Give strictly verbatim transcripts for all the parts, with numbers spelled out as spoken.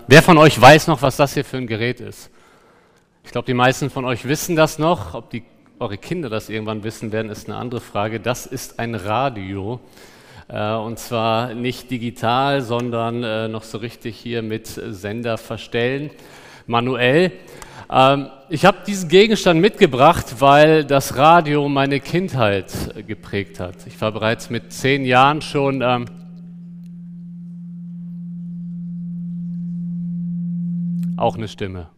Wer von euch weiß noch, was das hier für ein Gerät ist? Ich glaube, die meisten von euch wissen das noch. Ob die, eure Kinder das irgendwann wissen werden, ist eine andere Frage. Das ist ein Radio. Äh, und zwar nicht digital, sondern äh, noch so richtig hier mit Sender verstellen, manuell. Ähm, ich habe diesen Gegenstand mitgebracht, weil das Radio meine Kindheit äh, geprägt hat. Ich war bereits mit zehn Jahren schon... Ähm, Auch eine Stimme.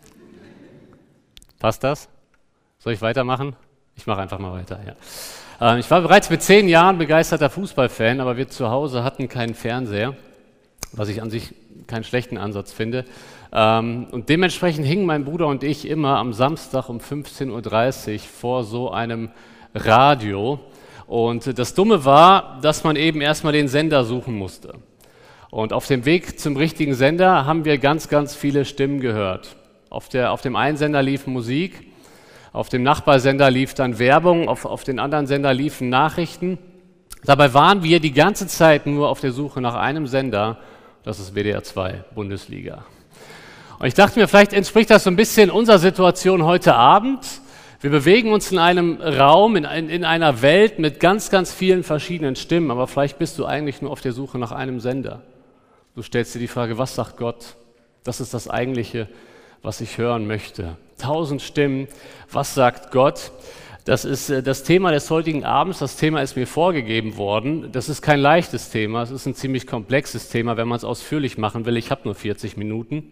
Passt das? Soll ich weitermachen? Ich mache einfach mal weiter, ja. Äh, ich war bereits mit zehn Jahren begeisterter Fußballfan, aber wir zu Hause hatten keinen Fernseher, was ich an sich keinen schlechten Ansatz finde. Ähm, und dementsprechend hingen mein Bruder und ich immer am Samstag um fünfzehn Uhr dreißig vor so einem Radio. Und das Dumme war, dass man eben erstmal den Sender suchen musste. Und auf dem Weg zum richtigen Sender haben wir ganz, ganz viele Stimmen gehört. Auf, der, auf dem einen Sender lief Musik, auf dem Nachbarsender lief dann Werbung, auf, auf den anderen Sender liefen Nachrichten. Dabei waren wir die ganze Zeit nur auf der Suche nach einem Sender, das ist W D R zwei, Bundesliga. Und ich dachte mir, vielleicht entspricht das so ein bisschen unserer Situation heute Abend. Wir bewegen uns in einem Raum, in, in, in einer Welt mit ganz, ganz vielen verschiedenen Stimmen, aber vielleicht bist du eigentlich nur auf der Suche nach einem Sender. Du stellst dir die Frage, was sagt Gott? Das ist das Eigentliche, was ich hören möchte. Tausend Stimmen, was sagt Gott? Das ist das Thema des heutigen Abends. Das Thema ist mir vorgegeben worden. Das ist kein leichtes Thema, es ist ein ziemlich komplexes Thema, wenn man es ausführlich machen will. Ich habe nur vierzig Minuten.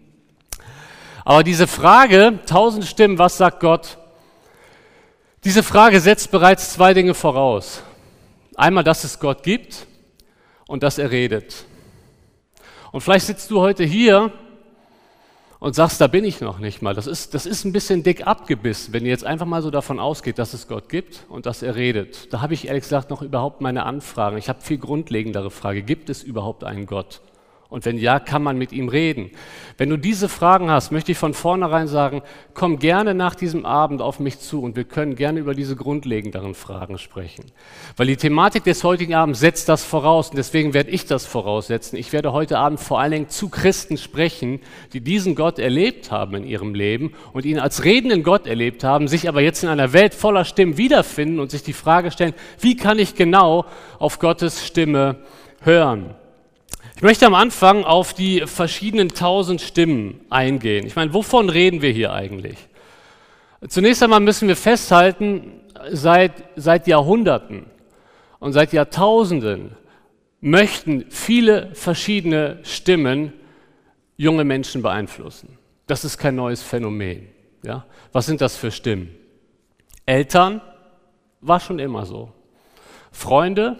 Aber diese Frage, tausend Stimmen, was sagt Gott? Diese Frage setzt bereits zwei Dinge voraus. Einmal, dass es Gott gibt und dass er redet. Und vielleicht sitzt du heute hier und sagst, da bin ich noch nicht mal. Das ist, das ist ein bisschen dick abgebissen, wenn ihr jetzt einfach mal so davon ausgeht, dass es Gott gibt und dass er redet. Da habe ich ehrlich gesagt noch überhaupt meine Anfragen. Ich habe viel grundlegendere Frage. Gibt es überhaupt einen Gott? Und wenn ja, kann man mit ihm reden? Wenn du diese Fragen hast, möchte ich von vornherein sagen, komm gerne nach diesem Abend auf mich zu und wir können gerne über diese grundlegenderen Fragen sprechen. Weil die Thematik des heutigen Abends setzt das voraus und deswegen werde ich das voraussetzen. Ich werde heute Abend vor allen Dingen zu Christen sprechen, die diesen Gott erlebt haben in ihrem Leben und ihn als redenden Gott erlebt haben, sich aber jetzt in einer Welt voller Stimmen wiederfinden und sich die Frage stellen, wie kann ich genau auf Gottes Stimme hören? Ich möchte am Anfang auf die verschiedenen tausend Stimmen eingehen. Ich meine, wovon reden wir hier eigentlich? Zunächst einmal müssen wir festhalten, seit, seit Jahrhunderten und seit Jahrtausenden möchten viele verschiedene Stimmen junge Menschen beeinflussen. Das ist kein neues Phänomen. Ja? Was sind das für Stimmen? Eltern, war schon immer so. Freunde,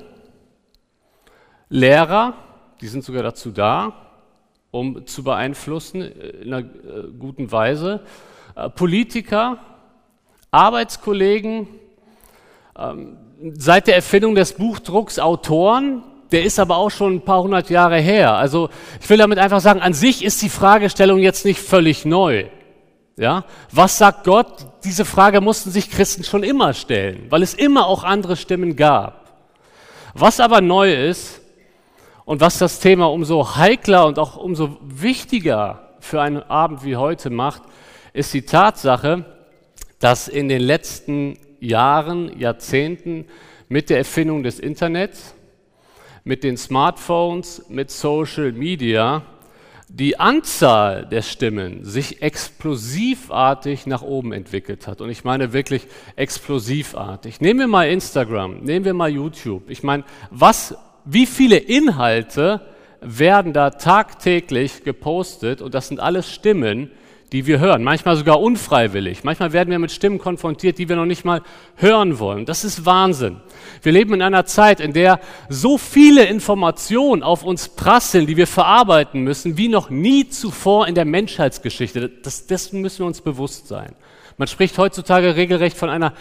Lehrer, die sind sogar dazu da, um zu beeinflussen in einer äh, guten Weise. Äh, Politiker, Arbeitskollegen, ähm, seit der Erfindung des Buchdrucks Autoren, der ist aber auch schon ein paar hundert Jahre her. Also ich will damit einfach sagen, an sich ist die Fragestellung jetzt nicht völlig neu. Ja? Was sagt Gott? Diese Frage mussten sich Christen schon immer stellen, weil es immer auch andere Stimmen gab. Was aber neu ist, und was das Thema umso heikler und auch umso wichtiger für einen Abend wie heute macht, ist die Tatsache, dass in den letzten Jahren, Jahrzehnten mit der Erfindung des Internets, mit den Smartphones, mit Social Media, die Anzahl der Stimmen sich explosivartig nach oben entwickelt hat. Und ich meine wirklich explosivartig. Nehmen wir mal Instagram, nehmen wir mal YouTube. Ich meine, was... Wie viele Inhalte werden da tagtäglich gepostet und das sind alles Stimmen, die wir hören, manchmal sogar unfreiwillig. Manchmal werden wir mit Stimmen konfrontiert, die wir noch nicht mal hören wollen. Das ist Wahnsinn. Wir leben in einer Zeit, in der so viele Informationen auf uns prasseln, die wir verarbeiten müssen, wie noch nie zuvor in der Menschheitsgeschichte. Das, dessen müssen wir uns bewusst sein. Man spricht heutzutage regelrecht von einer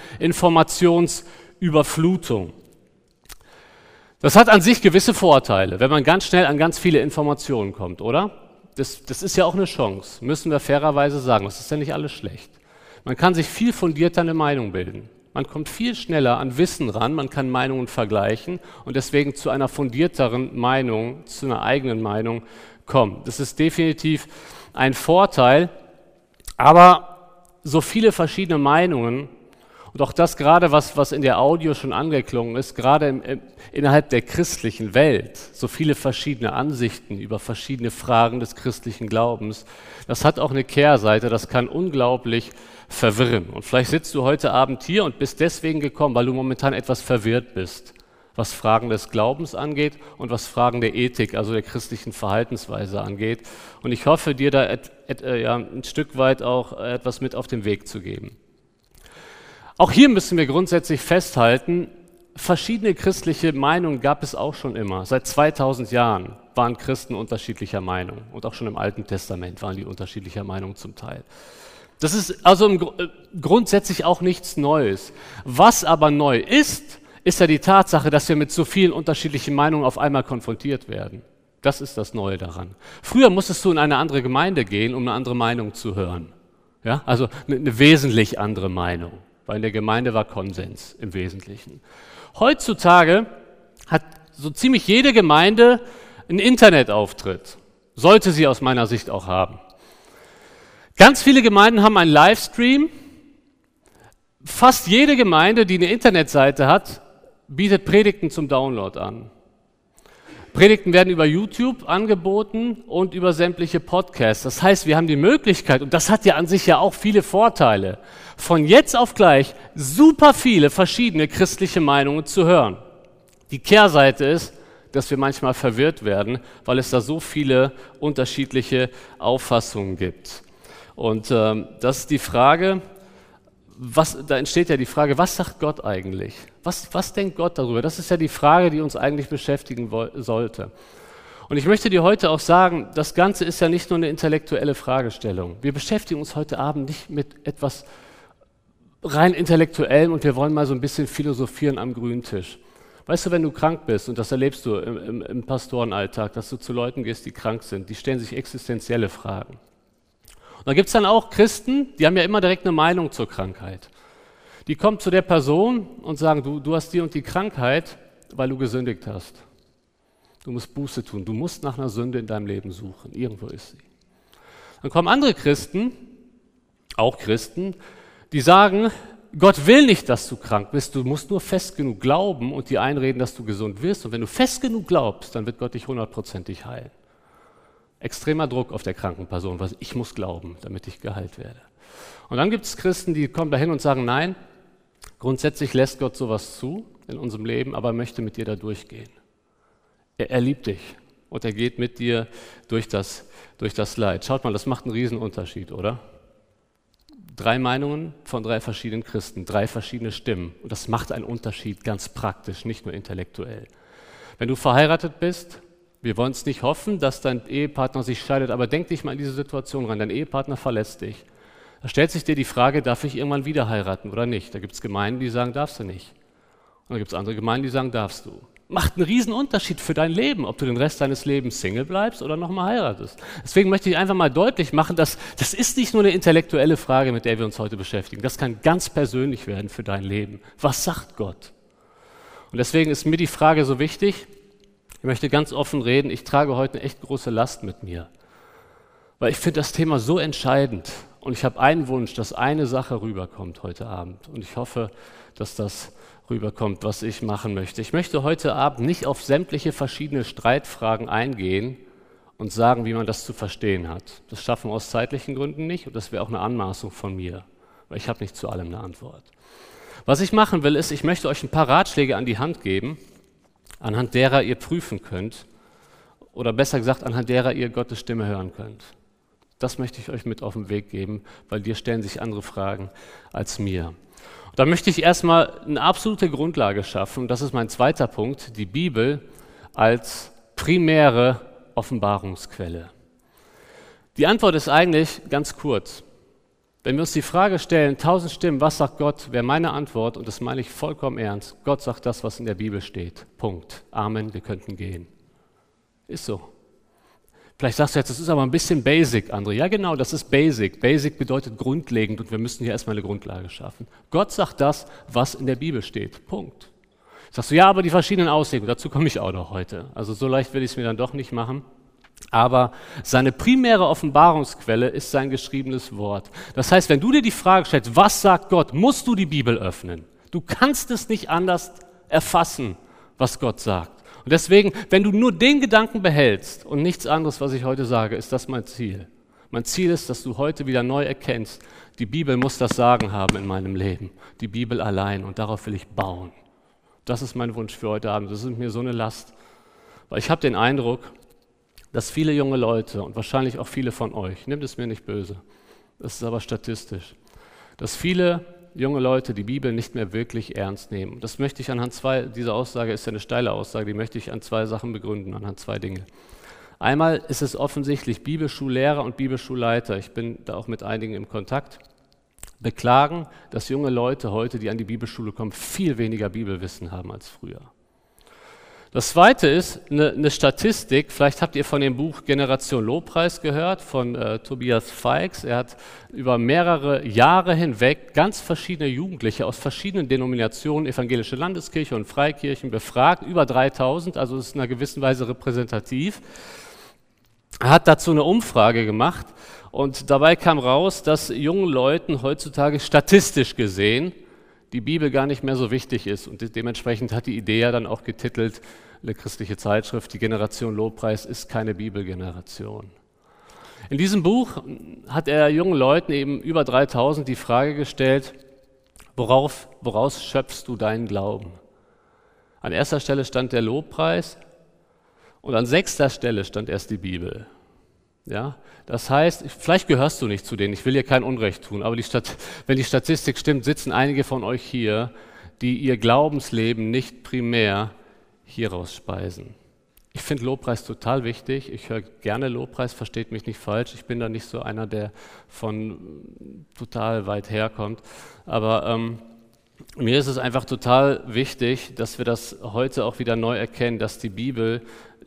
Informationsüberflutung. Das hat an sich gewisse Vorteile, wenn man ganz schnell an ganz viele Informationen kommt, oder? Das, das ist ja auch eine Chance, müssen wir fairerweise sagen. Das ist ja nicht alles schlecht. Man kann sich viel fundierter eine Meinung bilden. Man kommt viel schneller an Wissen ran, man kann Meinungen vergleichen und deswegen zu einer fundierteren Meinung, zu einer eigenen Meinung kommen. Das ist definitiv ein Vorteil, aber so viele verschiedene Meinungen und auch das gerade, was, was in der Audio schon angeklungen ist, gerade im, im, innerhalb der christlichen Welt, so viele verschiedene Ansichten über verschiedene Fragen des christlichen Glaubens, das hat auch eine Kehrseite, das kann unglaublich verwirren. Und vielleicht sitzt du heute Abend hier und bist deswegen gekommen, weil du momentan etwas verwirrt bist, was Fragen des Glaubens angeht und was Fragen der Ethik, also der christlichen Verhaltensweise angeht. Und ich hoffe, dir da et, et, äh, ja, ein Stück weit auch etwas mit auf den Weg zu geben. Auch hier müssen wir grundsätzlich festhalten, verschiedene christliche Meinungen gab es auch schon immer. Seit zweitausend Jahren waren Christen unterschiedlicher Meinung und auch schon im Alten Testament waren die unterschiedlicher Meinung zum Teil. Das ist also im, äh, grundsätzlich auch nichts Neues. Was aber neu ist, ist ja die Tatsache, dass wir mit so vielen unterschiedlichen Meinungen auf einmal konfrontiert werden. Das ist das Neue daran. Früher musstest du in eine andere Gemeinde gehen, um eine andere Meinung zu hören. Ja? Also eine, eine wesentlich andere Meinung. Weil in der Gemeinde war Konsens im Wesentlichen. Heutzutage hat so ziemlich jede Gemeinde einen Internetauftritt. Sollte sie aus meiner Sicht auch haben. Ganz viele Gemeinden haben einen Livestream. Fast jede Gemeinde, die eine Internetseite hat, bietet Predigten zum Download an. Predigten werden über YouTube angeboten und über sämtliche Podcasts. Das heißt, wir haben die Möglichkeit, und das hat ja an sich ja auch viele Vorteile, von jetzt auf gleich super viele verschiedene christliche Meinungen zu hören. Die Kehrseite ist, dass wir manchmal verwirrt werden, weil es da so viele unterschiedliche Auffassungen gibt. Und ähm, das ist die Frage, was, da entsteht ja die Frage, was sagt Gott eigentlich? Was, was denkt Gott darüber? Das ist ja die Frage, die uns eigentlich beschäftigen wo- sollte. Und ich möchte dir heute auch sagen, das Ganze ist ja nicht nur eine intellektuelle Fragestellung. Wir beschäftigen uns heute Abend nicht mit etwas rein Intellektuellem und wir wollen mal so ein bisschen philosophieren am grünen Tisch. Weißt du, wenn du krank bist, und das erlebst du im, im, im Pastorenalltag, dass du zu Leuten gehst, die krank sind, die stellen sich existenzielle Fragen. Und da gibt es dann auch Christen, die haben ja immer direkt eine Meinung zur Krankheit. Die kommen zu der Person und sagen, du, du hast die und die Krankheit, weil du gesündigt hast. Du musst Buße tun, du musst nach einer Sünde in deinem Leben suchen, irgendwo ist sie. Dann kommen andere Christen, auch Christen, die sagen, Gott will nicht, dass du krank bist, du musst nur fest genug glauben und dir einreden, dass du gesund wirst. Und wenn du fest genug glaubst, dann wird Gott dich hundertprozentig heilen. Extremer Druck auf der kranken Person, weil ich muss glauben, damit ich geheilt werde. Und dann gibt es Christen, die kommen dahin und sagen, nein, grundsätzlich lässt Gott sowas zu in unserem Leben, aber er möchte mit dir da durchgehen. Er, er liebt dich und er geht mit dir durch das, durch das Leid. Schaut mal, das macht einen riesen Unterschied, oder? Drei Meinungen von drei verschiedenen Christen, drei verschiedene Stimmen. Und das macht einen Unterschied ganz praktisch, nicht nur intellektuell. Wenn du verheiratet bist, wir wollen es nicht hoffen, dass dein Ehepartner sich scheidet, aber denk dich mal in diese Situation rein, dein Ehepartner verlässt dich. Da stellt sich dir die Frage, darf ich irgendwann wieder heiraten oder nicht? Da gibt es Gemeinden, die sagen, darfst du nicht. Und da gibt es andere Gemeinden, die sagen, darfst du. Macht einen riesen Unterschied für dein Leben, ob du den Rest deines Lebens Single bleibst oder nochmal heiratest. Deswegen möchte ich einfach mal deutlich machen, dass das ist nicht nur eine intellektuelle Frage, mit der wir uns heute beschäftigen. Das kann ganz persönlich werden für dein Leben. Was sagt Gott? Und deswegen ist mir die Frage so wichtig, ich möchte ganz offen reden, ich trage heute eine echt große Last mit mir. Weil ich finde das Thema so entscheidend und ich habe einen Wunsch, dass eine Sache rüberkommt heute Abend. Und ich hoffe, dass das rüberkommt, was ich machen möchte. Ich möchte heute Abend nicht auf sämtliche verschiedene Streitfragen eingehen und sagen, wie man das zu verstehen hat. Das schaffen wir aus zeitlichen Gründen nicht und das wäre auch eine Anmaßung von mir, weil ich habe nicht zu allem eine Antwort. Was ich machen will, ist, ich möchte euch ein paar Ratschläge an die Hand geben, anhand derer ihr prüfen könnt oder besser gesagt, anhand derer ihr Gottes Stimme hören könnt. Das möchte ich euch mit auf den Weg geben, weil dir stellen sich andere Fragen als mir. Da möchte ich erstmal eine absolute Grundlage schaffen, und das ist mein zweiter Punkt, die Bibel als primäre Offenbarungsquelle. Die Antwort ist eigentlich ganz kurz. Wenn wir uns die Frage stellen, tausend Stimmen, was sagt Gott, wäre meine Antwort, und das meine ich vollkommen ernst, Gott sagt das, was in der Bibel steht. Punkt. Amen, wir könnten gehen. Ist so. Vielleicht sagst du jetzt, das ist aber ein bisschen basic, André. Ja genau, das ist basic. Basic bedeutet grundlegend und wir müssen hier erstmal eine Grundlage schaffen. Gott sagt das, was in der Bibel steht. Punkt. Sagst du, ja, aber die verschiedenen Auslegungen, dazu komme ich auch noch heute. Also so leicht will ich es mir dann doch nicht machen. Aber seine primäre Offenbarungsquelle ist sein geschriebenes Wort. Das heißt, wenn du dir die Frage stellst, was sagt Gott, musst du die Bibel öffnen. Du kannst es nicht anders erfassen, was Gott sagt. Und deswegen, wenn du nur den Gedanken behältst und nichts anderes, was ich heute sage, ist das mein Ziel. Mein Ziel ist, dass du heute wieder neu erkennst, die Bibel muss das Sagen haben in meinem Leben. Die Bibel allein, und darauf will ich bauen. Das ist mein Wunsch für heute Abend. Das ist mir so eine Last. Weil ich habe den Eindruck, dass viele junge Leute und wahrscheinlich auch viele von euch, nehmt es mir nicht böse, das ist aber statistisch, dass viele junge Leute die Bibel nicht mehr wirklich ernst nehmen. Das möchte ich anhand zwei, diese Aussage ist ja eine steile Aussage, die möchte ich an zwei Sachen begründen, anhand zwei Dinge. Einmal ist es offensichtlich, Bibelschullehrer und Bibelschulleiter, ich bin da auch mit einigen im Kontakt, beklagen, dass junge Leute heute, die an die Bibelschule kommen, viel weniger Bibelwissen haben als früher. Das Zweite ist eine, eine Statistik, vielleicht habt ihr von dem Buch Generation Lobpreis gehört, von äh, Tobias Feix. Er hat über mehrere Jahre hinweg ganz verschiedene Jugendliche aus verschiedenen Denominationen, Evangelische Landeskirche und Freikirchen, befragt, über dreitausend, also ist in einer gewissen Weise repräsentativ. Er hat dazu eine Umfrage gemacht und dabei kam raus, dass jungen Leuten heutzutage statistisch gesehen die Bibel gar nicht mehr so wichtig ist. Und dementsprechend hat die Idee ja dann auch getitelt, eine christliche Zeitschrift, die Generation Lobpreis ist keine Bibelgeneration. In diesem Buch hat er jungen Leuten, eben über dreitausend, die Frage gestellt, worauf, woraus schöpfst du deinen Glauben? An erster Stelle stand der Lobpreis und an sechster Stelle stand erst die Bibel. Ja, das heißt, vielleicht gehörst du nicht zu denen, ich will dir kein Unrecht tun, aber die Stat- wenn die Statistik stimmt, sitzen einige von euch hier, die ihr Glaubensleben nicht primär hieraus speisen. Ich finde Lobpreis total wichtig, ich höre gerne Lobpreis, versteht mich nicht falsch, ich bin da nicht so einer, der von total weit herkommt, aber ähm, mir ist es einfach total wichtig, dass wir das heute auch wieder neu erkennen, dass die Bibel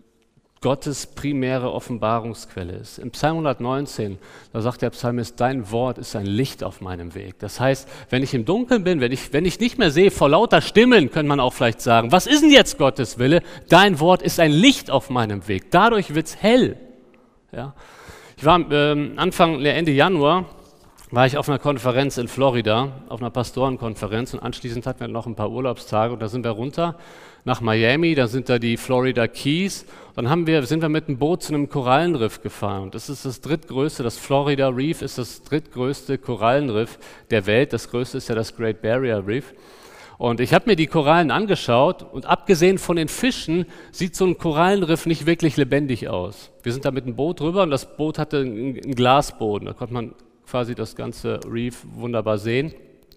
Gottes primäre Offenbarungsquelle ist. Im Psalm hundertneunzehn, da sagt der Psalmist, dein Wort ist ein Licht auf meinem Weg. Das heißt, wenn ich im Dunkeln bin, wenn ich, wenn ich nicht mehr sehe, vor lauter Stimmen, könnte man auch vielleicht sagen, was ist denn jetzt Gottes Wille? Dein Wort ist ein Licht auf meinem Weg. Dadurch wird es hell. Ja. Ich war ähm, Anfang, Ende Januar, war ich auf einer Konferenz in Florida, auf einer Pastorenkonferenz und anschließend hatten wir noch ein paar Urlaubstage und da sind wir runter nach Miami, da sind da die Florida Keys. Dann haben wir, sind wir mit dem Boot zu einem Korallenriff gefahren. Und das ist das drittgrößte, das Florida Reef ist das drittgrößte Korallenriff der Welt. Das größte ist ja das Great Barrier Reef. Und ich habe mir die Korallen angeschaut und abgesehen von den Fischen sieht so ein Korallenriff nicht wirklich lebendig aus. Wir sind da mit dem Boot rüber und das Boot hatte einen Glasboden. Da konnte man quasi das ganze Reef wunderbar sehen.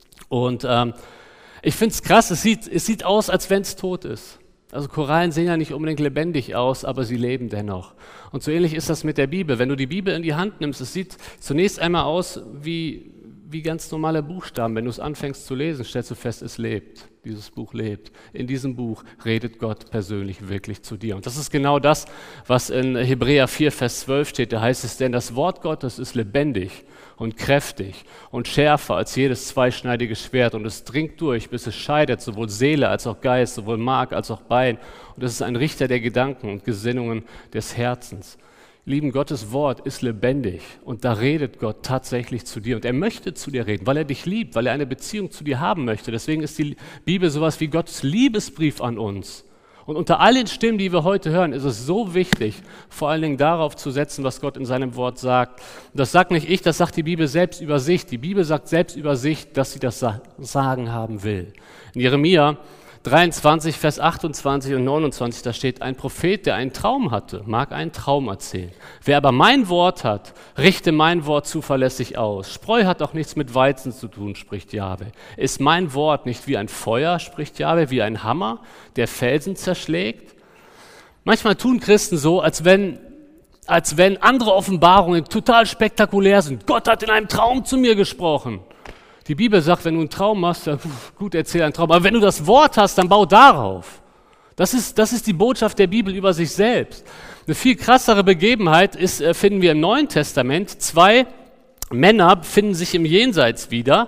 Und ähm, ich finde es krass, es sieht, es sieht aus, als wenn es tot ist. Also Korallen sehen ja nicht unbedingt lebendig aus, aber sie leben dennoch. Und so ähnlich ist das mit der Bibel. Wenn du die Bibel in die Hand nimmst, es sieht zunächst einmal aus wie, wie ganz normale Buchstaben. Wenn du es anfängst zu lesen, stellst du fest, es lebt. Dieses Buch lebt. In diesem Buch redet Gott persönlich wirklich zu dir. Und das ist genau das, was in Hebräer vier, Vers zwölf steht. Da heißt es, denn das Wort Gottes ist lebendig und kräftig und schärfer als jedes zweischneidige Schwert und es dringt durch, bis es scheidet, sowohl Seele als auch Geist, sowohl Mark als auch Bein. Und es ist ein Richter der Gedanken und Gesinnungen des Herzens. Lieben, Gottes Wort ist lebendig und da redet Gott tatsächlich zu dir und er möchte zu dir reden, weil er dich liebt, weil er eine Beziehung zu dir haben möchte. Deswegen ist die Bibel sowas wie Gottes Liebesbrief an uns. Und unter all den Stimmen, die wir heute hören, ist es so wichtig, vor allen Dingen darauf zu setzen, was Gott in seinem Wort sagt. Und das sagt nicht ich, das sagt die Bibel selbst über sich. Die Bibel sagt selbst über sich, dass sie das Sagen haben will. In Jeremia dreiundzwanzig, Vers achtundzwanzig und neunundzwanzig, da steht, ein Prophet, der einen Traum hatte, mag einen Traum erzählen. Wer aber mein Wort hat, richte mein Wort zuverlässig aus. Spreu hat auch nichts mit Weizen zu tun, spricht Jahwe. Ist mein Wort nicht wie ein Feuer, spricht Jahwe, wie ein Hammer, der Felsen zerschlägt? Manchmal tun Christen so, als wenn, als wenn andere Offenbarungen total spektakulär sind. Gott hat in einem Traum zu mir gesprochen. Die Bibel sagt, wenn du einen Traum hast, dann gut, erzähl einen Traum. Aber wenn du das Wort hast, dann bau darauf. Das ist, das ist die Botschaft der Bibel über sich selbst. Eine viel krassere Begebenheit ist, finden wir im Neuen Testament. Zwei Männer finden sich im Jenseits wieder.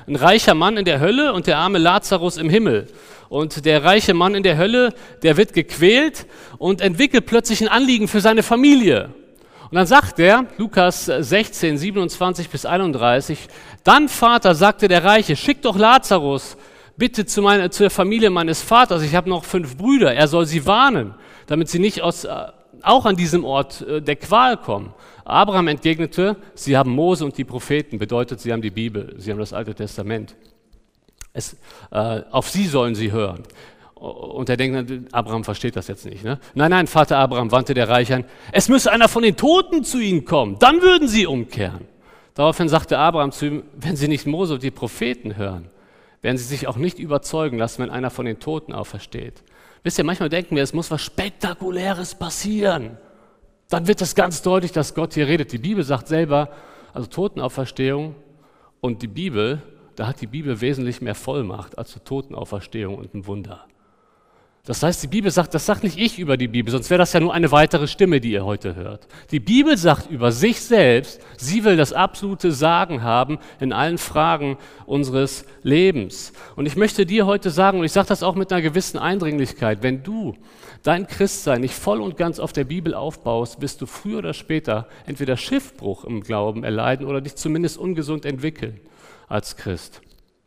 ein reicher Mann in der Hölle und der arme Lazarus im Himmel. Und der reiche Mann in der Hölle, der wird gequält und entwickelt plötzlich ein Anliegen für seine Familie. Und dann sagt er, Lukas sechzehn, siebenundzwanzig bis einunddreißig, dann Vater, sagte der Reiche, schick doch Lazarus bitte zu meiner, zur Familie meines Vaters, ich habe noch fünf Brüder, er soll sie warnen, damit sie nicht aus, auch an diesem Ort der Qual kommen. Abraham entgegnete, sie haben Mose und die Propheten, bedeutet, sie haben die Bibel, sie haben das Alte Testament. Es, äh, auf sie sollen sie hören. Und er denkt, Abraham versteht das jetzt nicht. Ne? Nein, nein, Vater Abraham, wandte der Reiche an, es müsse einer von den Toten zu ihnen kommen, dann würden sie umkehren. Daraufhin sagte Abraham zu ihm, wenn sie nicht Mose und die Propheten hören, werden sie sich auch nicht überzeugen lassen, wenn einer von den Toten aufersteht. Wisst ihr, manchmal denken wir, es muss was Spektakuläres passieren. Dann wird es ganz deutlich, dass Gott hier redet. Die Bibel sagt selber, also Totenauferstehung und die Bibel, da hat die Bibel wesentlich mehr Vollmacht als zur Totenauferstehung und ein Wunder. Das heißt, die Bibel sagt, das sagt nicht ich über die Bibel, sonst wäre das ja nur eine weitere Stimme, die ihr heute hört. Die Bibel sagt über sich selbst, sie will das absolute Sagen haben in allen Fragen unseres Lebens. Und ich möchte dir heute sagen, und ich sage das auch mit einer gewissen Eindringlichkeit, wenn du dein Christsein nicht voll und ganz auf der Bibel aufbaust, wirst du früher oder später entweder Schiffbruch im Glauben erleiden oder dich zumindest ungesund entwickeln als Christ.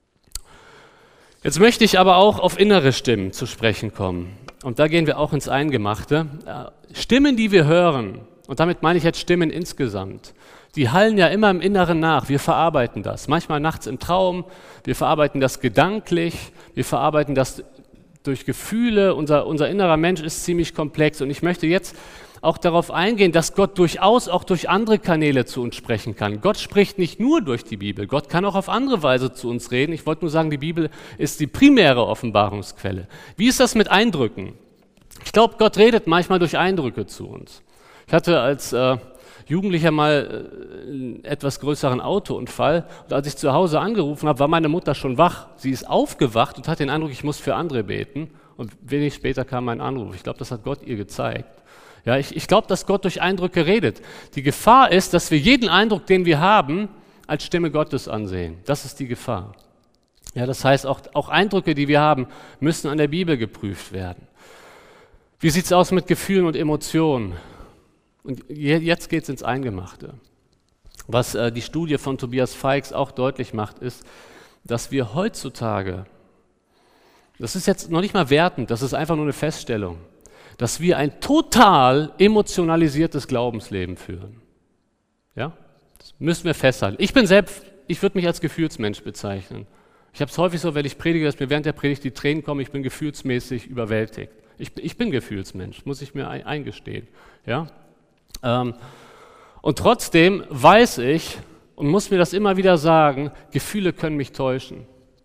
Jetzt möchte ich aber auch auf innere Stimmen zu sprechen kommen. Und da gehen wir auch ins Eingemachte. Stimmen, die wir hören, und damit meine ich jetzt Stimmen insgesamt, die hallen ja immer im Inneren nach. Wir verarbeiten das. Manchmal nachts im Traum, wir verarbeiten das gedanklich, wir verarbeiten das durch Gefühle. Unser, unser innerer Mensch ist ziemlich komplex. Und ich möchte jetzt auch darauf eingehen, dass Gott durchaus auch durch andere Kanäle zu uns sprechen kann. Gott spricht nicht nur durch die Bibel, Gott kann auch auf andere Weise zu uns reden. Ich wollte nur sagen, die Bibel ist die primäre Offenbarungsquelle. Wie ist das mit Eindrücken? Ich glaube, Gott redet manchmal durch Eindrücke zu uns. Ich hatte als äh, Jugendlicher mal äh, einen etwas größeren Autounfall und als ich zu Hause angerufen habe, war meine Mutter schon wach. Sie ist aufgewacht und hat den Eindruck, ich muss für andere beten. Und wenig später kam mein Anruf. Ich glaube, das hat Gott ihr gezeigt. Ja, ich, ich glaube, dass Gott durch Eindrücke redet. Die Gefahr ist, dass wir jeden Eindruck, den wir haben, als Stimme Gottes ansehen. Das ist die Gefahr. Ja, das heißt, auch, auch Eindrücke, die wir haben, müssen an der Bibel geprüft werden. Wie sieht es aus mit Gefühlen und Emotionen? Und jetzt geht es ins Eingemachte. Was äh, die Studie von Tobias Feix auch deutlich macht, ist, dass wir heutzutage, das ist jetzt noch nicht mal wertend, das ist einfach nur eine Feststellung, dass wir ein total emotionalisiertes Glaubensleben führen. Ja? Das müssen wir festhalten. Ich bin selbst, ich würde mich als Gefühlsmensch bezeichnen. Ich habe es häufig so, wenn ich predige, dass mir während der Predigt die Tränen kommen, ich bin gefühlsmäßig überwältigt. Ich, ich bin Gefühlsmensch, muss ich mir ein, eingestehen. Ja? Ähm, und trotzdem weiß ich und muss mir das immer wieder sagen, Gefühle können mich täuschen.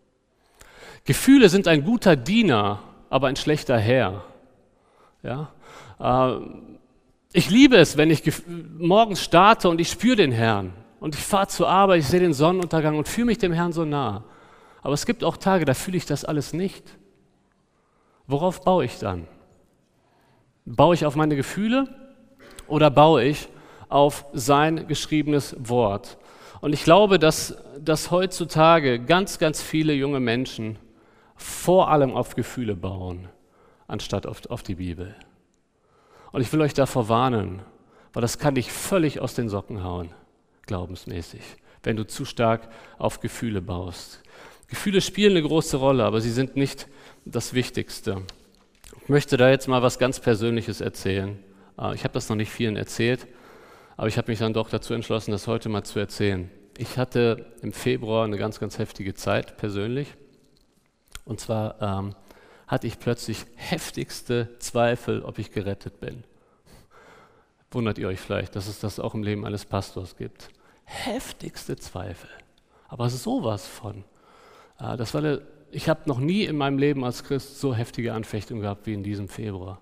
Gefühle sind ein guter Diener, aber ein schlechter Herr. Ja, äh, ich liebe es, wenn ich gef- morgens starte und ich spüre den Herrn und ich fahre zur Arbeit, ich sehe den Sonnenuntergang und fühle mich dem Herrn so nah. Aber es gibt auch Tage, da fühle ich das alles nicht. Worauf baue ich dann? Baue ich auf meine Gefühle oder baue ich auf sein geschriebenes Wort? Und ich glaube, dass, dass heutzutage ganz, ganz viele junge Menschen vor allem auf Gefühle bauen, anstatt auf, auf die Bibel. Und ich will euch davor warnen, weil das kann dich völlig aus den Socken hauen, glaubensmäßig, wenn du zu stark auf Gefühle baust. Gefühle spielen eine große Rolle, aber sie sind nicht das Wichtigste. Ich möchte da jetzt mal was ganz Persönliches erzählen. Ich habe das noch nicht vielen erzählt, aber ich habe mich dann doch dazu entschlossen, das heute mal zu erzählen. Ich hatte im Februar eine ganz, ganz heftige Zeit, persönlich. Und zwar ähm, hatte ich plötzlich heftigste Zweifel, ob ich gerettet bin. Wundert ihr euch vielleicht, dass es das auch im Leben eines Pastors gibt. Heftigste Zweifel. Aber sowas von. Das war eine, ich habe noch nie in meinem Leben als Christ so heftige Anfechtungen gehabt wie in diesem Februar.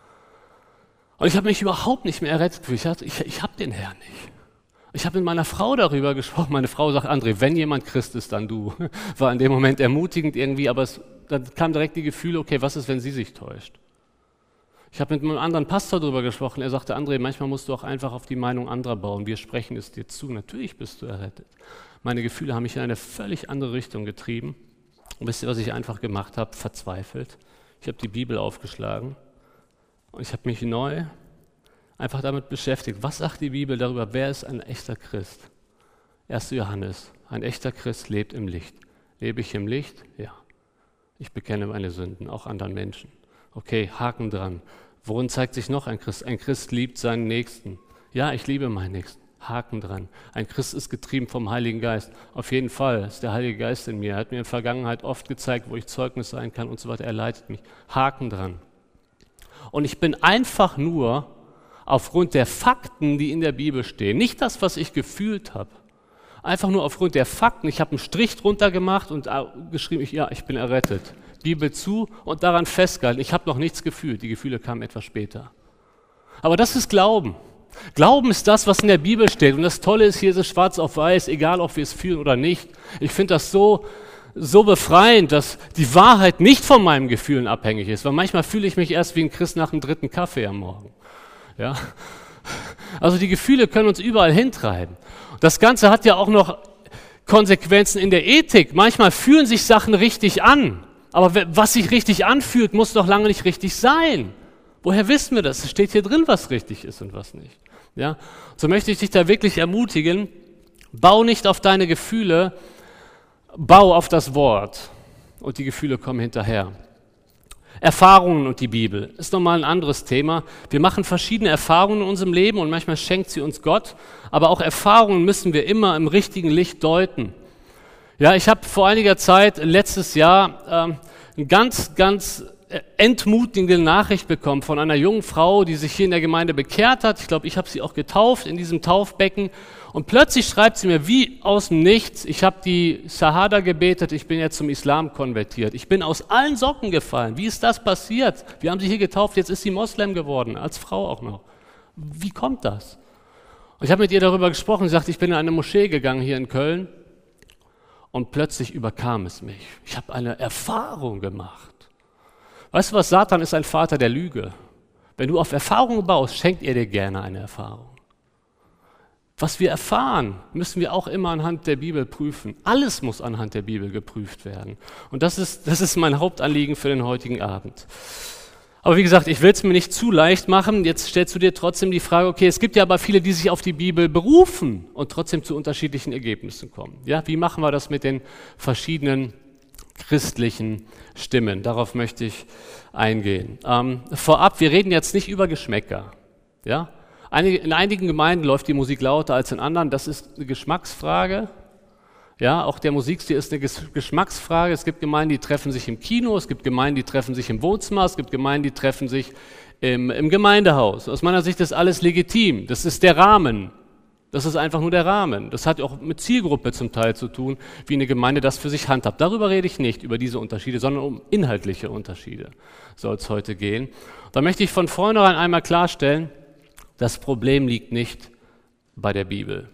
Und ich habe mich überhaupt nicht mehr errettet gefühlt. Ich, ich, ich habe den Herrn nicht. Ich habe mit meiner Frau darüber gesprochen. Meine Frau sagt, André, wenn jemand Christ ist, dann du. War in dem Moment ermutigend irgendwie, aber es, dann kam direkt die Gefühle, okay, was ist, wenn sie sich täuscht? Ich habe mit einem anderen Pastor darüber gesprochen. Er sagte, André, manchmal musst du auch einfach auf die Meinung anderer bauen. Wir sprechen es dir zu. Natürlich bist du errettet. Meine Gefühle haben mich in eine völlig andere Richtung getrieben. Und wisst ihr, was ich einfach gemacht habe? Verzweifelt. Ich habe die Bibel aufgeschlagen und ich habe mich neu einfach damit beschäftigt. Was sagt die Bibel darüber, wer ist ein echter Christ? erster Johannes, ein echter Christ lebt im Licht. Lebe ich im Licht? Ja. Ich bekenne meine Sünden, auch anderen Menschen. Okay, Haken dran. Worin zeigt sich noch ein Christ? Ein Christ liebt seinen Nächsten. Ja, ich liebe meinen Nächsten. Haken dran. Ein Christ ist getrieben vom Heiligen Geist. Auf jeden Fall ist der Heilige Geist in mir. Er hat mir in der Vergangenheit oft gezeigt, wo ich Zeugnis sein kann und so weiter. Er leitet mich. Haken dran. Und ich bin einfach nur aufgrund der Fakten, die in der Bibel stehen, nicht das, was ich gefühlt habe, einfach nur aufgrund der Fakten. Ich habe einen Strich drunter gemacht und geschrieben, ich, ja, ich bin errettet. Bibel zu und daran festgehalten. Ich habe noch nichts gefühlt. Die Gefühle kamen etwas später. Aber das ist Glauben. Glauben ist das, was in der Bibel steht. Und das Tolle ist, hier ist es schwarz auf weiß, egal ob wir es fühlen oder nicht. Ich finde das so, so befreiend, dass die Wahrheit nicht von meinen Gefühlen abhängig ist. Weil manchmal fühle ich mich erst wie ein Christ nach dem dritten Kaffee am Morgen. Ja? Also die Gefühle können uns überall hintreiben. Das Ganze hat ja auch noch Konsequenzen in der Ethik. Manchmal fühlen sich Sachen richtig an. Aber was sich richtig anfühlt, muss doch lange nicht richtig sein. Woher wissen wir das? Es steht hier drin, was richtig ist und was nicht. Ja? So möchte ich dich da wirklich ermutigen, bau nicht auf deine Gefühle, bau auf das Wort. Und die Gefühle kommen hinterher. Erfahrungen und die Bibel ist nochmal ein anderes Thema. Wir machen verschiedene Erfahrungen in unserem Leben und manchmal schenkt sie uns Gott. Aber auch Erfahrungen müssen wir immer im richtigen Licht deuten. Ja, ich habe vor einiger Zeit, letztes Jahr, ähm, eine ganz, ganz entmutigende Nachricht bekommen von einer jungen Frau, die sich hier in der Gemeinde bekehrt hat. Ich glaube, ich habe sie auch getauft in diesem Taufbecken. Und plötzlich schreibt sie mir wie aus dem Nichts, ich habe die Shahada gebetet, ich bin jetzt zum Islam konvertiert. Ich bin aus allen Socken gefallen. Wie ist das passiert? Wir haben sie hier getauft, jetzt ist sie Moslem geworden, als Frau auch noch. Wie kommt das? Und ich habe mit ihr darüber gesprochen, sie sagt, ich bin in eine Moschee gegangen hier in Köln und plötzlich überkam es mich. Ich habe eine Erfahrung gemacht. Weißt du was, Satan ist ein Vater der Lüge. Wenn du auf Erfahrungen baust, schenkt er dir gerne eine Erfahrung. Was wir erfahren, müssen wir auch immer anhand der Bibel prüfen. Alles muss anhand der Bibel geprüft werden. Und das ist, das ist mein Hauptanliegen für den heutigen Abend. Aber wie gesagt, ich will es mir nicht zu leicht machen. Jetzt stellst du dir trotzdem die Frage, okay, es gibt ja aber viele, die sich auf die Bibel berufen und trotzdem zu unterschiedlichen Ergebnissen kommen. Ja, wie machen wir das mit den verschiedenen christlichen Stimmen? Darauf möchte ich eingehen. Ähm, vorab, wir reden jetzt nicht über Geschmäcker. Ja? Einige, in einigen Gemeinden läuft die Musik lauter als in anderen. Das ist eine Geschmacksfrage. Ja, auch der Musikstil ist eine Geschmacksfrage. Es gibt Gemeinden, die treffen sich im Kino, es gibt Gemeinden, die treffen sich im Wohnzimmer, es gibt Gemeinden, die treffen sich im, im Gemeindehaus. Aus meiner Sicht ist alles legitim. Das ist der Rahmen. Das ist einfach nur der Rahmen. Das hat auch mit Zielgruppe zum Teil zu tun, wie eine Gemeinde das für sich handhabt. Darüber rede ich nicht, über diese Unterschiede, sondern um inhaltliche Unterschiede soll es heute gehen. Da möchte ich von vornherein einmal klarstellen, das Problem liegt nicht bei der Bibel.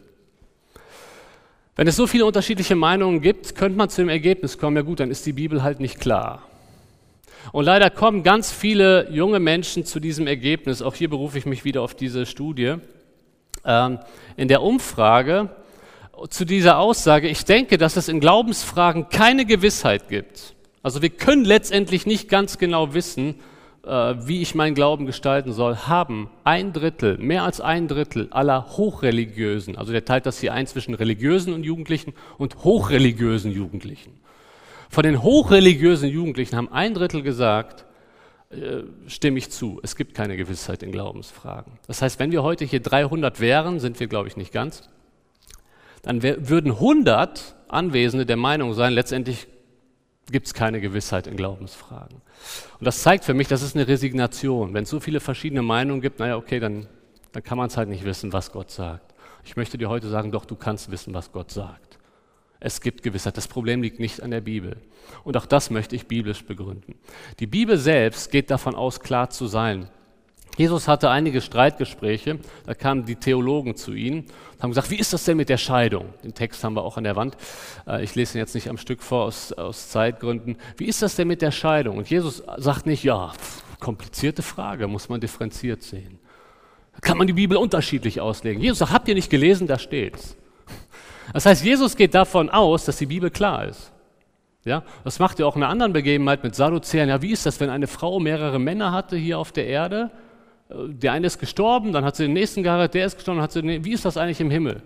Wenn es so viele unterschiedliche Meinungen gibt, könnte man zu dem Ergebnis kommen, ja gut, dann ist die Bibel halt nicht klar. Und leider kommen ganz viele junge Menschen zu diesem Ergebnis, auch hier berufe ich mich wieder auf diese Studie, ähm, in der Umfrage zu dieser Aussage, ich denke, dass es in Glaubensfragen keine Gewissheit gibt. Also wir können letztendlich nicht ganz genau wissen, wie ich meinen Glauben gestalten soll, haben ein Drittel, mehr als ein Drittel aller Hochreligiösen, also der teilt das hier ein zwischen religiösen und Jugendlichen und hochreligiösen Jugendlichen. Von den hochreligiösen Jugendlichen haben ein Drittel gesagt, äh, stimme ich zu, es gibt keine Gewissheit in Glaubensfragen. Das heißt, wenn wir heute hier dreihundert wären, sind wir glaube ich nicht ganz, dann wär, würden hundert Anwesende der Meinung sein, letztendlich gibt es keine Gewissheit in Glaubensfragen. Und das zeigt für mich, das ist eine Resignation. Wenn es so viele verschiedene Meinungen gibt, naja, okay, dann, dann kann man es halt nicht wissen, was Gott sagt. Ich möchte dir heute sagen, doch, du kannst wissen, was Gott sagt. Es gibt Gewissheit. Das Problem liegt nicht an der Bibel. Und auch das möchte ich biblisch begründen. Die Bibel selbst geht davon aus, klar zu sein. Jesus hatte einige Streitgespräche, da kamen die Theologen zu ihm und haben gesagt, wie ist das denn mit der Scheidung? Den Text haben wir auch an der Wand, ich lese ihn jetzt nicht am Stück vor aus, aus Zeitgründen. Wie ist das denn mit der Scheidung? Und Jesus sagt nicht, ja, komplizierte Frage, muss man differenziert sehen. Kann man die Bibel unterschiedlich auslegen? Jesus sagt, habt ihr nicht gelesen, da steht's. Das heißt, Jesus geht davon aus, dass die Bibel klar ist. Ja, das macht er auch in einer anderen Begebenheit mit Sadduzäern. Ja, wie ist das, wenn eine Frau mehrere Männer hatte hier auf der Erde? Der eine ist gestorben, dann hat sie den nächsten geheiratet, der ist gestorben, dann hat sie den, wie ist das eigentlich im Himmel?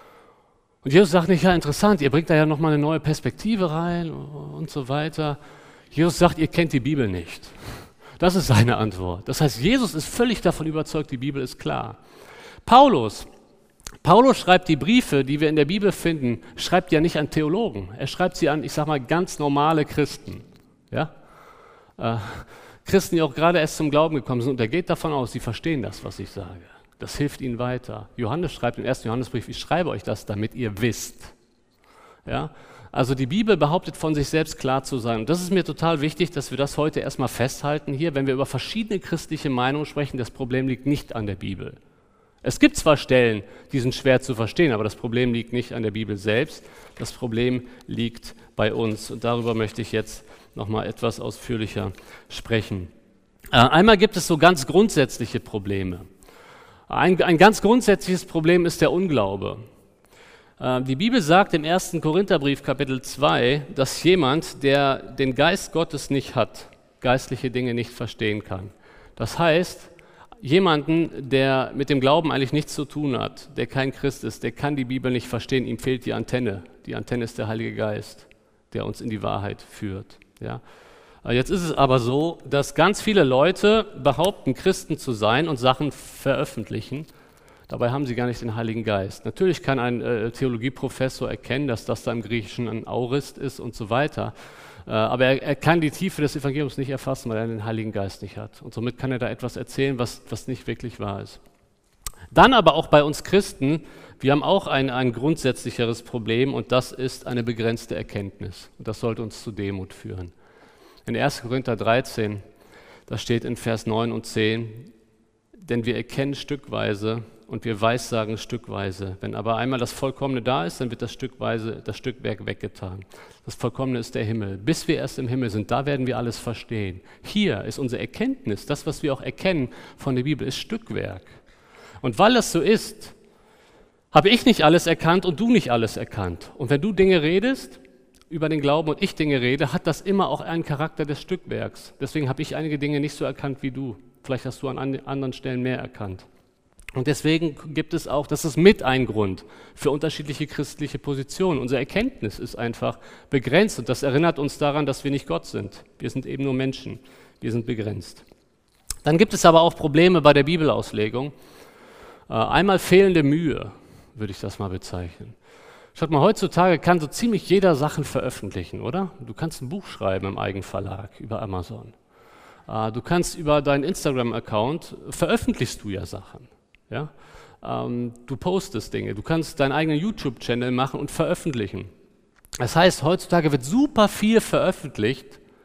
Und Jesus sagt nicht, ja interessant, ihr bringt da ja nochmal eine neue Perspektive rein und so weiter. Jesus sagt, ihr kennt die Bibel nicht. Das ist seine Antwort. Das heißt, Jesus ist völlig davon überzeugt, die Bibel ist klar. Paulus, Paulus schreibt die Briefe, die wir in der Bibel finden, schreibt ja nicht an Theologen. Er schreibt sie an, ich sag mal, ganz normale Christen. Ja? Äh, Christen, die auch gerade erst zum Glauben gekommen sind. Und er geht davon aus, sie verstehen das, was ich sage. Das hilft ihnen weiter. Johannes schreibt im ersten Johannesbrief, ich schreibe euch das, damit ihr wisst. Ja? Also die Bibel behauptet von sich selbst klar zu sein. Und das ist mir total wichtig, dass wir das heute erstmal festhalten hier. Wenn wir über verschiedene christliche Meinungen sprechen, das Problem liegt nicht an der Bibel. Es gibt zwar Stellen, die sind schwer zu verstehen, aber das Problem liegt nicht an der Bibel selbst. Das Problem liegt bei uns. Und darüber möchte ich jetzt nochmal etwas ausführlicher sprechen. Einmal gibt es so ganz grundsätzliche Probleme. Ein, ein ganz grundsätzliches Problem ist der Unglaube. Die Bibel sagt im ersten Korintherbrief, Kapitel zwei, dass jemand, der den Geist Gottes nicht hat, geistliche Dinge nicht verstehen kann. Das heißt, jemanden, der mit dem Glauben eigentlich nichts zu tun hat, der kein Christ ist, der kann die Bibel nicht verstehen, ihm fehlt die Antenne. Die Antenne ist der Heilige Geist, der uns in die Wahrheit führt. Ja. Jetzt ist es aber so, dass ganz viele Leute behaupten, Christen zu sein und Sachen veröffentlichen. Dabei haben sie gar nicht den Heiligen Geist. Natürlich kann ein äh, Theologieprofessor erkennen, dass das da im Griechischen ein Aurist ist und so weiter. Äh, aber er, er kann die Tiefe des Evangeliums nicht erfassen, weil er den Heiligen Geist nicht hat. Und somit kann er da etwas erzählen, was, was nicht wirklich wahr ist. Dann aber auch bei uns Christen, wir haben auch ein, ein grundsätzlicheres Problem und das ist eine begrenzte Erkenntnis. Und das sollte uns zu Demut führen. In ersten Korinther dreizehn, da steht in Vers neun und zehn, denn wir erkennen stückweise und wir weissagen stückweise. Wenn aber einmal das Vollkommene da ist, dann wird das Stückweise, das Stückwerk weggetan. Das Vollkommene ist der Himmel. Bis wir erst im Himmel sind, da werden wir alles verstehen. Hier ist unsere Erkenntnis, das, was wir auch erkennen von der Bibel, ist Stückwerk. Und weil das so ist, habe ich nicht alles erkannt und du nicht alles erkannt. Und wenn du Dinge redest über den Glauben und ich Dinge rede, hat das immer auch einen Charakter des Stückwerks. Deswegen habe ich einige Dinge nicht so erkannt wie du. Vielleicht hast du an anderen Stellen mehr erkannt. Und deswegen gibt es auch, das ist mit ein Grund für unterschiedliche christliche Positionen. Unsere Erkenntnis ist einfach begrenzt und das erinnert uns daran, dass wir nicht Gott sind. Wir sind eben nur Menschen, wir sind begrenzt. Dann gibt es aber auch Probleme bei der Bibelauslegung. Einmal fehlende Mühe, würde ich das mal bezeichnen. Schaut mal, heutzutage kann so ziemlich jeder Sachen veröffentlichen, oder? Du kannst ein Buch schreiben im Eigenverlag über Amazon. Du kannst über deinen Instagram-Account, veröffentlichst du ja Sachen. Ja? Ähm, du postest Dinge, du kannst deinen eigenen YouTube-Channel machen und veröffentlichen. Das heißt, heutzutage wird super viel veröffentlicht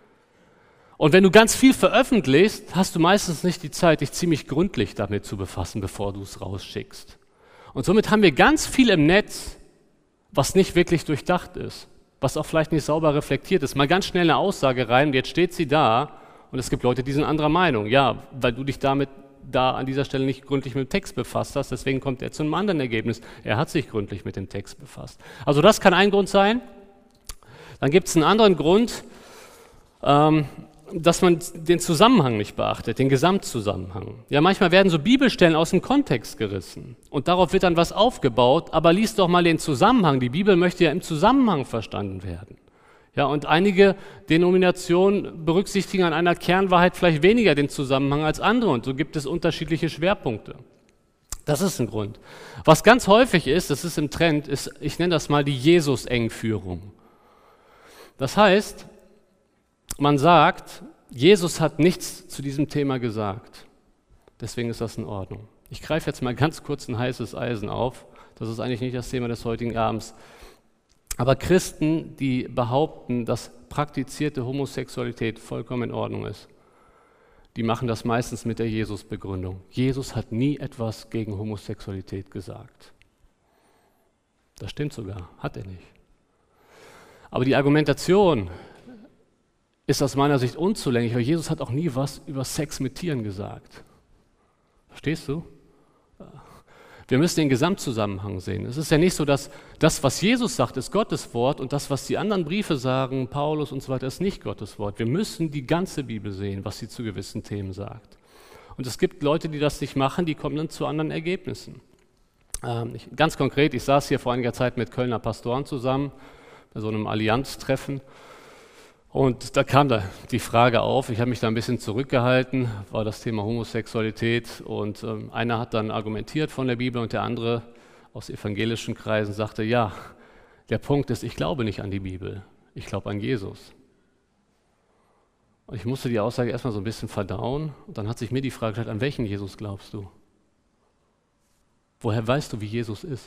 und wenn du ganz viel veröffentlichst, hast du meistens nicht die Zeit, dich ziemlich gründlich damit zu befassen, bevor du es rausschickst. Und somit haben wir ganz viel im Netz, was nicht wirklich durchdacht ist, was auch vielleicht nicht sauber reflektiert ist. Mal ganz schnell eine Aussage rein und jetzt steht sie da und es gibt Leute, die sind anderer Meinung. Ja, weil du dich damit da an dieser Stelle nicht gründlich mit dem Text befasst hast, deswegen kommt er zu einem anderen Ergebnis. Er hat sich gründlich mit dem Text befasst. Also das kann ein Grund sein. Dann gibt es einen anderen Grund, ähm, dass man den Zusammenhang nicht beachtet, den Gesamtzusammenhang. Ja, manchmal werden so Bibelstellen aus dem Kontext gerissen und darauf wird dann was aufgebaut, aber lies doch mal den Zusammenhang. Die Bibel möchte ja im Zusammenhang verstanden werden. Ja, und einige Denominationen berücksichtigen an einer Kernwahrheit vielleicht weniger den Zusammenhang als andere und so gibt es unterschiedliche Schwerpunkte. Das ist ein Grund. Was ganz häufig ist, das ist im Trend, ist, ich nenne das mal die Jesus-Engführung. Das heißt, man sagt, Jesus hat nichts zu diesem Thema gesagt. Deswegen ist das in Ordnung. Ich greife jetzt mal ganz kurz ein heißes Eisen auf. Das ist eigentlich nicht das Thema des heutigen Abends. Aber Christen, die behaupten, dass praktizierte Homosexualität vollkommen in Ordnung ist, die machen das meistens mit der Jesus-Begründung. Jesus hat nie etwas gegen Homosexualität gesagt. Das stimmt sogar, hat er nicht. Aber die Argumentation ist aus meiner Sicht unzulänglich, weil Jesus hat auch nie was über Sex mit Tieren gesagt. Verstehst du? Wir müssen den Gesamtzusammenhang sehen. Es ist ja nicht so, dass das, was Jesus sagt, ist Gottes Wort und das, was die anderen Briefe sagen, Paulus und so weiter, ist nicht Gottes Wort. Wir müssen die ganze Bibel sehen, was sie zu gewissen Themen sagt. Und es gibt Leute, die das nicht machen, die kommen dann zu anderen Ergebnissen. Ähm, ich, ganz konkret, ich saß hier vor einiger Zeit mit Kölner Pastoren zusammen, bei so einem Allianztreffen. Und da kam da die Frage auf, ich habe mich da ein bisschen zurückgehalten, war das Thema Homosexualität und ähm, einer hat dann argumentiert von der Bibel und der andere aus evangelischen Kreisen sagte, ja, der Punkt ist, ich glaube nicht an die Bibel, ich glaube an Jesus. Und ich musste die Aussage erstmal so ein bisschen verdauen und dann hat sich mir die Frage gestellt, an welchen Jesus glaubst du? Woher weißt du, wie Jesus ist?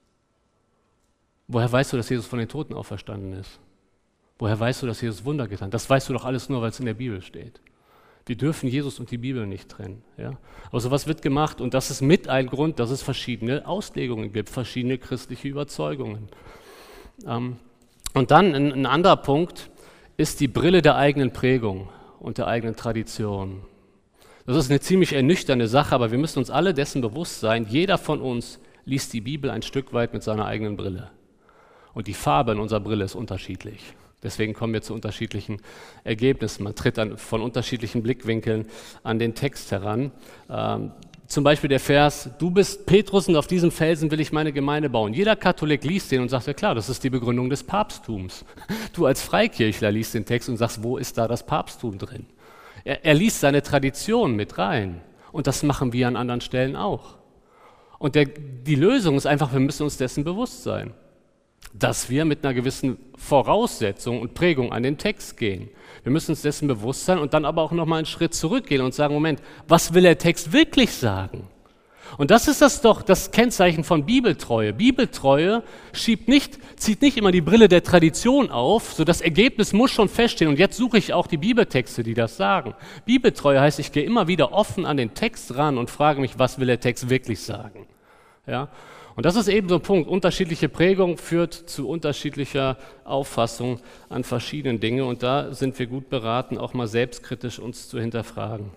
Woher weißt du, dass Jesus von den Toten auferstanden ist? Woher weißt du, dass Jesus Wunder getan hat? Das weißt du doch alles nur, weil es in der Bibel steht. Wir dürfen Jesus und die Bibel nicht trennen. Ja? Aber sowas wird gemacht und das ist mit ein Grund, dass es verschiedene Auslegungen gibt, verschiedene christliche Überzeugungen. Ähm, und dann ein, ein anderer Punkt ist die Brille der eigenen Prägung und der eigenen Tradition. Das ist eine ziemlich ernüchternde Sache, aber wir müssen uns alle dessen bewusst sein, jeder von uns liest die Bibel ein Stück weit mit seiner eigenen Brille. Und die Farbe in unserer Brille ist unterschiedlich. Deswegen kommen wir zu unterschiedlichen Ergebnissen. Man tritt an, von unterschiedlichen Blickwinkeln an den Text heran. Ähm, zum Beispiel der Vers, du bist Petrus und auf diesem Felsen will ich meine Gemeinde bauen. Jeder Katholik liest den und sagt, ja klar, das ist die Begründung des Papsttums. Du als Freikirchler liest den Text und sagst, wo ist da das Papsttum drin? Er, er liest seine Tradition mit rein und das machen wir an anderen Stellen auch. Und der, die Lösung ist einfach, wir müssen uns dessen bewusst sein, dass wir mit einer gewissen Voraussetzung und Prägung an den Text gehen. Wir müssen uns dessen bewusst sein und dann aber auch nochmal einen Schritt zurückgehen und sagen, Moment, was will der Text wirklich sagen? Und das ist das doch das Kennzeichen von Bibeltreue. Bibeltreue schiebt nicht, zieht nicht immer die Brille der Tradition auf, so das Ergebnis muss schon feststehen und jetzt suche ich auch die Bibeltexte, die das sagen. Bibeltreue heißt, ich gehe immer wieder offen an den Text ran und frage mich, was will der Text wirklich sagen? Ja? Und das ist eben so ein Punkt. Unterschiedliche Prägung führt zu unterschiedlicher Auffassung an verschiedenen Dingen. Und da sind wir gut beraten, auch mal selbstkritisch uns zu hinterfragen.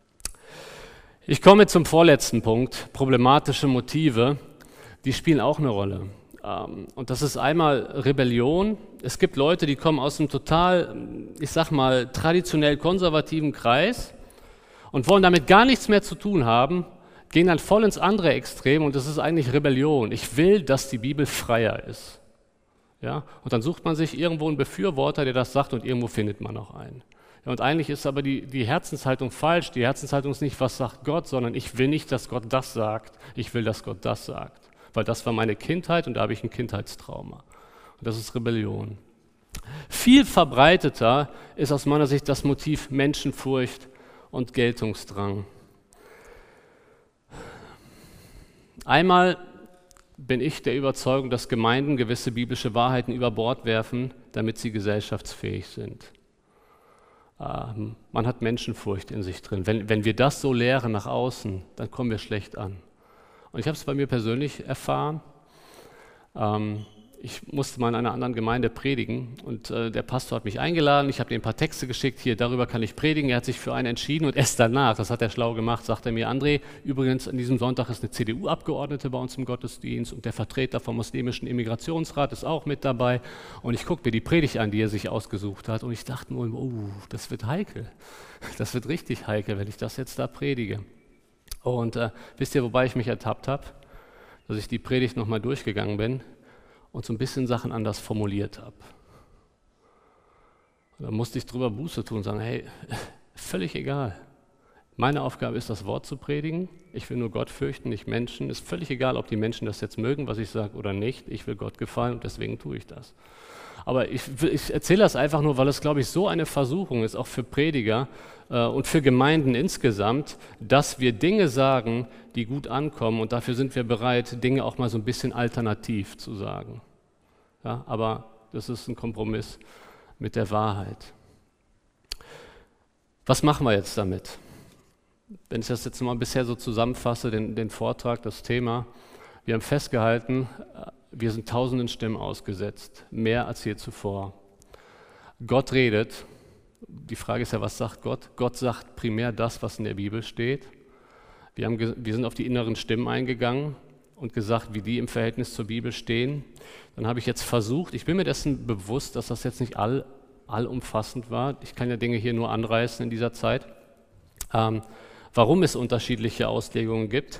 Ich komme zum vorletzten Punkt. Problematische Motive, die spielen auch eine Rolle. Und das ist einmal Rebellion. Es gibt Leute, die kommen aus einem total, ich sag mal, traditionell konservativen Kreis und wollen damit gar nichts mehr zu tun haben, gehen dann voll ins andere Extrem und das ist eigentlich Rebellion. Ich will, dass die Bibel freier ist. Ja? Und dann sucht man sich irgendwo einen Befürworter, der das sagt und irgendwo findet man auch einen. Ja, und eigentlich ist aber die, die Herzenshaltung falsch. Die Herzenshaltung ist nicht, was sagt Gott, sondern ich will nicht, dass Gott das sagt. Ich will, dass Gott das sagt. Weil das war meine Kindheit und da habe ich ein Kindheitstrauma. Und das ist Rebellion. Viel verbreiteter ist aus meiner Sicht das Motiv Menschenfurcht und Geltungsdrang. Einmal bin ich der Überzeugung, dass Gemeinden gewisse biblische Wahrheiten über Bord werfen, damit sie gesellschaftsfähig sind. Ähm, man hat Menschenfurcht in sich drin. Wenn, wenn wir das so lehren nach außen, dann kommen wir schlecht an. Und ich habe es bei mir persönlich erfahren. Ähm, ich musste mal in einer anderen Gemeinde predigen und äh, der Pastor hat mich eingeladen, ich habe ihm ein paar Texte geschickt, hier, darüber kann ich predigen, er hat sich für einen entschieden und erst danach, das hat er schlau gemacht, sagt er mir, André, übrigens an diesem Sonntag ist eine C D U-Abgeordnete bei uns im Gottesdienst und der Vertreter vom muslimischen Immigrationsrat ist auch mit dabei und ich gucke mir die Predigt an, die er sich ausgesucht hat und ich dachte nur, oh, das wird heikel, das wird richtig heikel, wenn ich das jetzt da predige. Und äh, wisst ihr, wobei ich mich ertappt habe, dass ich die Predigt nochmal durchgegangen bin und so ein bisschen Sachen anders formuliert habe. Da musste ich drüber Buße tun und sagen, hey, völlig egal. Meine Aufgabe ist, das Wort zu predigen. Ich will nur Gott fürchten, nicht Menschen. Ist völlig egal, ob die Menschen das jetzt mögen, was ich sage oder nicht. Ich will Gott gefallen und deswegen tue ich das. Aber ich, ich erzähle das einfach nur, weil es, glaube ich, so eine Versuchung ist, auch für Prediger äh, und für Gemeinden insgesamt, dass wir Dinge sagen, die gut ankommen und dafür sind wir bereit, Dinge auch mal so ein bisschen alternativ zu sagen. Ja, aber das ist ein Kompromiss mit der Wahrheit. Was machen wir jetzt damit? Wenn ich das jetzt mal bisher so zusammenfasse, den, den Vortrag, das Thema, wir haben festgehalten, wir sind tausenden Stimmen ausgesetzt, mehr als je zuvor. Gott redet, die Frage ist ja, was sagt Gott? Gott sagt primär das, was in der Bibel steht. Wir, haben, wir sind auf die inneren Stimmen eingegangen und gesagt, wie die im Verhältnis zur Bibel stehen. Dann habe ich jetzt versucht, ich bin mir dessen bewusst, dass das jetzt nicht all, allumfassend war. Ich kann ja Dinge hier nur anreißen in dieser Zeit. Ähm, warum es unterschiedliche Auslegungen gibt.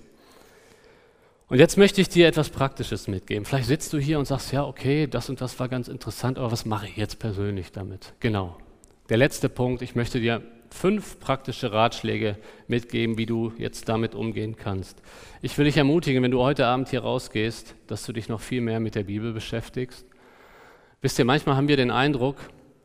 Und jetzt möchte ich dir etwas Praktisches mitgeben. Vielleicht sitzt du hier und sagst, ja, okay, das und das war ganz interessant, aber was mache ich jetzt persönlich damit? Genau. Der letzte Punkt, ich möchte dir fünf praktische Ratschläge mitgeben, wie du jetzt damit umgehen kannst. Ich will dich ermutigen, wenn du heute Abend hier rausgehst, dass du dich noch viel mehr mit der Bibel beschäftigst. Wisst ihr, manchmal haben wir den Eindruck,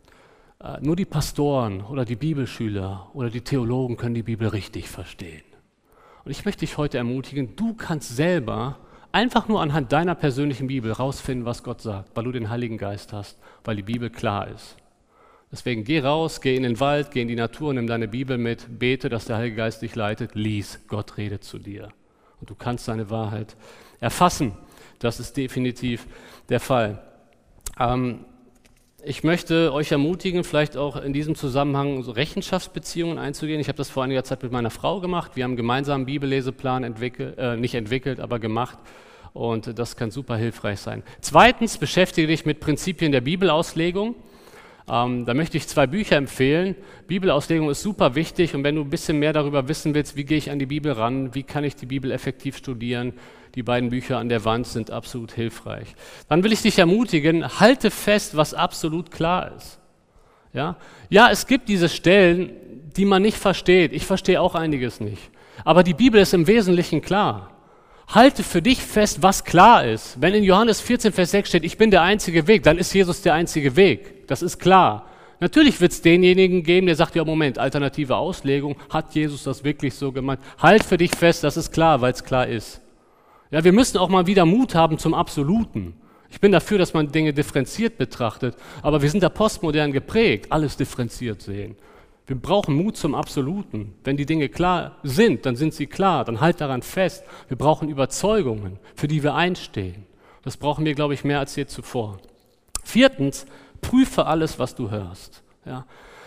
nur die Pastoren oder die Bibelschüler oder die Theologen können die Bibel richtig verstehen. Und ich möchte dich heute ermutigen, du kannst selber einfach nur anhand deiner persönlichen Bibel rausfinden, was Gott sagt, weil du den Heiligen Geist hast, weil die Bibel klar ist. Deswegen geh raus, geh in den Wald, geh in die Natur, nimm deine Bibel mit, bete, dass der Heilige Geist dich leitet, lies, Gott redet zu dir. Und du kannst seine Wahrheit erfassen. Das ist definitiv der Fall. Ähm, Ich möchte euch ermutigen, vielleicht auch in diesem Zusammenhang so Rechenschaftsbeziehungen einzugehen. Ich habe das vor einiger Zeit mit meiner Frau gemacht. Wir haben gemeinsam einen Bibelleseplan entwickelt, äh, nicht entwickelt, aber gemacht. Und das kann super hilfreich sein. Zweitens, beschäftige dich mit Prinzipien der Bibelauslegung. Ähm, da möchte ich zwei Bücher empfehlen. Bibelauslegung ist super wichtig. Und wenn du ein bisschen mehr darüber wissen willst, wie gehe ich an die Bibel ran, wie kann ich die Bibel effektiv studieren, die beiden Bücher an der Wand sind absolut hilfreich. Dann will ich dich ermutigen, halte fest, was absolut klar ist. Ja, ja, es gibt diese Stellen, die man nicht versteht. Ich verstehe auch einiges nicht. Aber die Bibel ist im Wesentlichen klar. Halte für dich fest, was klar ist. Wenn in Johannes vierzehn, Vers sechs steht, ich bin der einzige Weg, dann ist Jesus der einzige Weg. Das ist klar. Natürlich wird es denjenigen geben, der sagt, ja Moment, alternative Auslegung, hat Jesus das wirklich so gemeint? Halt für dich fest, das ist klar, weil es klar ist. Ja, wir müssen auch mal wieder Mut haben zum Absoluten. Ich bin dafür, dass man Dinge differenziert betrachtet, aber wir sind da postmodern geprägt, alles differenziert sehen. Wir brauchen Mut zum Absoluten. Wenn die Dinge klar sind, dann sind sie klar, dann halt daran fest. Wir brauchen Überzeugungen, für die wir einstehen. Das brauchen wir, glaube ich, mehr als je zuvor. Viertens, prüfe alles, was du hörst. Ja,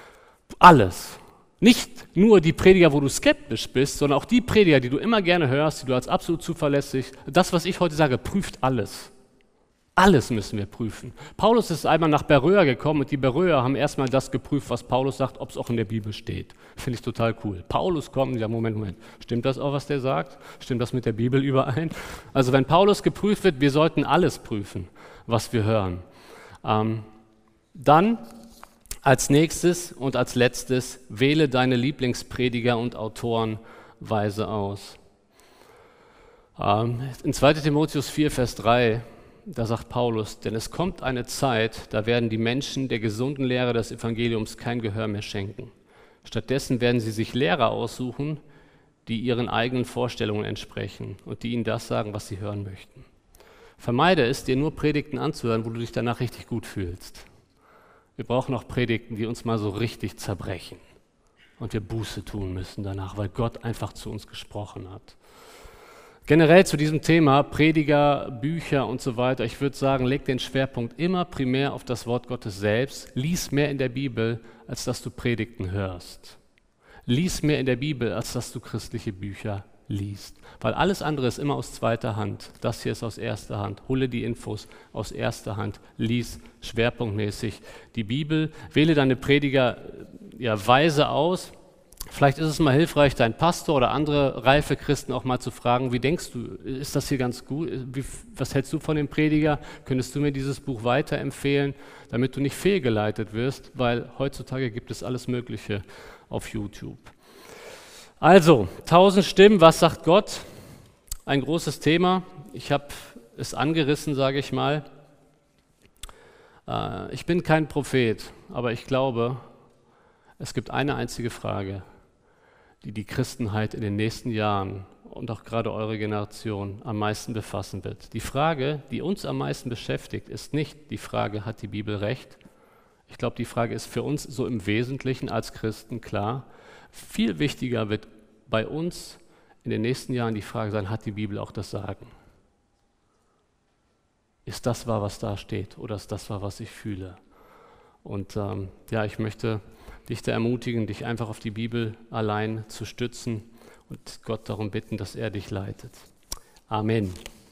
alles. Nicht nur die Prediger, wo du skeptisch bist, sondern auch die Prediger, die du immer gerne hörst, die du als absolut zuverlässig, das, was ich heute sage, prüft alles. Alles müssen wir prüfen. Paulus ist einmal nach Beröa gekommen und die Beröer haben erstmal das geprüft, was Paulus sagt, ob es auch in der Bibel steht. Finde ich total cool. Paulus kommt, ja Moment, Moment, stimmt das auch, was der sagt? Stimmt das mit der Bibel überein? Also wenn Paulus geprüft wird, wir sollten alles prüfen, was wir hören. Ähm, dann als nächstes und als letztes, wähle deine Lieblingsprediger und Autoren weise aus. Ähm, in zweiter Timotheus vier, Vers drei, da sagt Paulus, denn es kommt eine Zeit, da werden die Menschen der gesunden Lehre des Evangeliums kein Gehör mehr schenken. Stattdessen werden sie sich Lehrer aussuchen, die ihren eigenen Vorstellungen entsprechen und die ihnen das sagen, was sie hören möchten. Vermeide es, dir nur Predigten anzuhören, wo du dich danach richtig gut fühlst. Wir brauchen auch Predigten, die uns mal so richtig zerbrechen und wir Buße tun müssen danach, weil Gott einfach zu uns gesprochen hat. Generell zu diesem Thema, Prediger, Bücher und so weiter, ich würde sagen, leg den Schwerpunkt immer primär auf das Wort Gottes selbst. Lies mehr in der Bibel, als dass du Predigten hörst. Lies mehr in der Bibel, als dass du christliche Bücher liest. Weil alles andere ist immer aus zweiter Hand. Das hier ist aus erster Hand. Hole die Infos aus erster Hand. Lies schwerpunktmäßig die Bibel. Wähle deine Prediger ja, weise aus. Vielleicht ist es mal hilfreich, deinen Pastor oder andere reife Christen auch mal zu fragen, wie denkst du, ist das hier ganz gut? Wie, was hältst du von dem Prediger? Könntest du mir dieses Buch weiterempfehlen, damit du nicht fehlgeleitet wirst? Weil heutzutage gibt es alles Mögliche auf YouTube. Also, tausend Stimmen, was sagt Gott? Ein großes Thema. Ich habe es angerissen, sage ich mal. Äh, ich bin kein Prophet, aber ich glaube, es gibt eine einzige Frage, die die Christenheit in den nächsten Jahren und auch gerade eure Generation am meisten befassen wird. Die Frage, die uns am meisten beschäftigt, ist nicht die Frage, hat die Bibel recht? Ich glaube, die Frage ist für uns so im Wesentlichen als Christen klar. Viel wichtiger wird bei uns in den nächsten Jahren die Frage sein, hat die Bibel auch das Sagen? Ist das wahr, was da steht, oder ist das wahr, was ich fühle? Und ähm, ja, ich möchte dich da ermutigen, dich einfach auf die Bibel allein zu stützen und Gott darum bitten, dass er dich leitet. Amen.